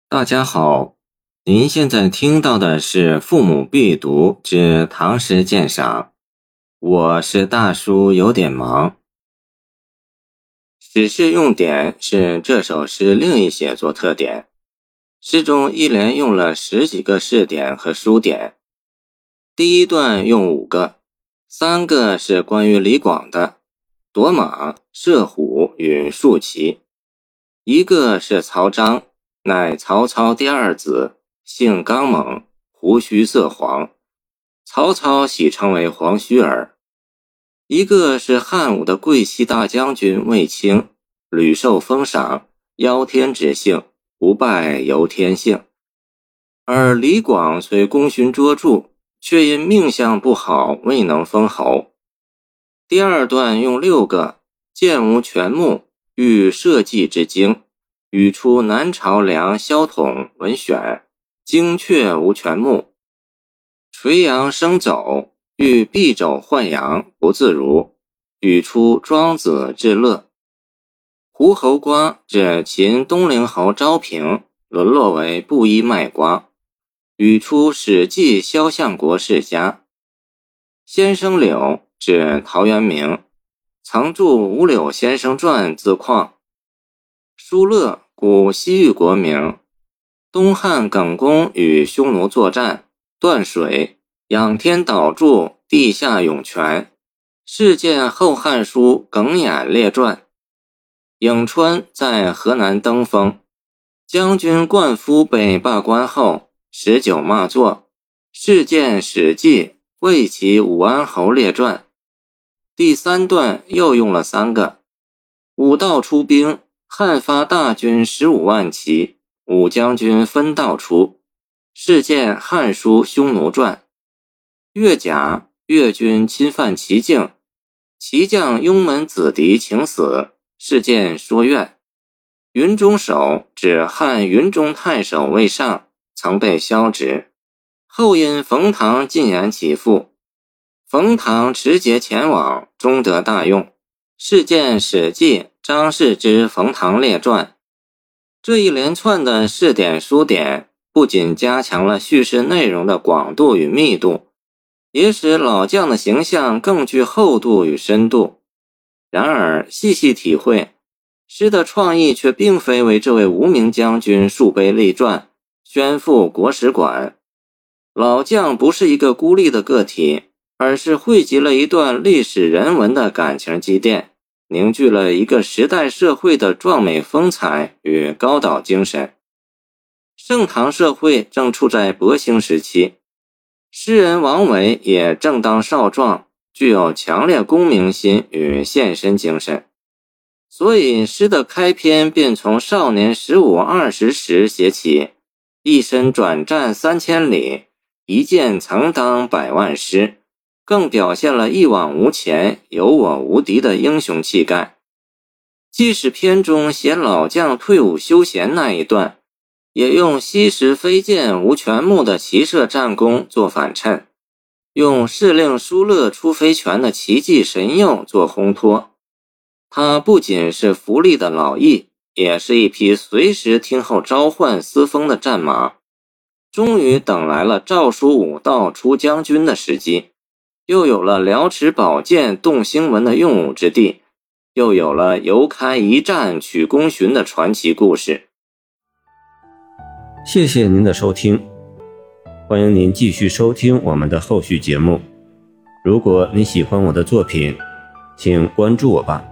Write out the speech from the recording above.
大家好，您现在听到的是《父母必读之唐诗鉴赏》，我是大叔，有点忙。史事用典是这首诗另一写作特点，诗中一连用了10几个试点和书点。第一段用5个，3个是关于李广的，夺马、射虎与树骑；1个是曹彰，乃曹操第2子，性刚猛，胡须色黄，曹操喜称为黄须儿。1个是汉武的桂系大将军卫青，屡受封赏，邀天之幸，不败由天幸。而李广虽功勋卓著，却因命相不好，未能封侯。第2段用6个剑无全目，欲社稷之精，语出南朝梁萧统文选，精确无全目。垂杨生走，欲避肘换阳，不自如，语出庄子至乐。胡侯瓜指秦东陵侯昭平，沦落为布衣卖瓜，语出史记萧相国世家。先生柳指陶渊明，曾著《五柳先生传》自况。疏勒古西域国名，东汉耿恭与匈奴作战，断水，仰天祷祝，地下涌泉，事件后汉书耿弇列传。颍川在河南登封，将军灌夫被罢官后，19骂作，事件史记魏齐武安侯列传。第3段又用了3个，武道出兵，汉发大军15万骑，武将军分道出，事件汉书匈奴传。越甲，越军侵犯齐境，齐将雍门子弟请死，事件说苑。云中守指汉云中太守魏尚，曾被削职，后因冯唐进言其父，冯唐持节前往，终得大用，事件史记张氏之冯唐列传。这一连串的试点书点，不仅加强了叙事内容的广度与密度，也使老将的形象更具厚度与深度。然而细细体会，诗的创意却并非为这位无名将军树碑立传，宣赴国史馆。老将不是一个孤立的个体，而是汇集了一段历史人文的感情积淀，凝聚了一个时代社会的壮美风采与高岛精神。盛唐社会正处在勃兴时期，诗人王维也正当少壮，具有强烈公民心与献身精神，所以诗的开篇便从少年15、20时写起，一身转战3000里，一剑曾当100万师，更表现了一往无前、有我无敌的英雄气概。即使篇中写老将退伍休闲那一段，也用吸食飞剑无全目的骑射战功做反衬，用士令疏勒出飞拳的奇技神佑做烘托。他不仅是服力的老役，也是一匹随时听候召唤嘶风的战马。终于等来了诏书武道出将军的时机，又有了辽池宝剑动兴文的用武之地，又有了游开一战取功勋的传奇故事。 谢谢您的收听，欢迎您继续收听我们的后续节目。如果你喜欢我的作品，请关注我吧。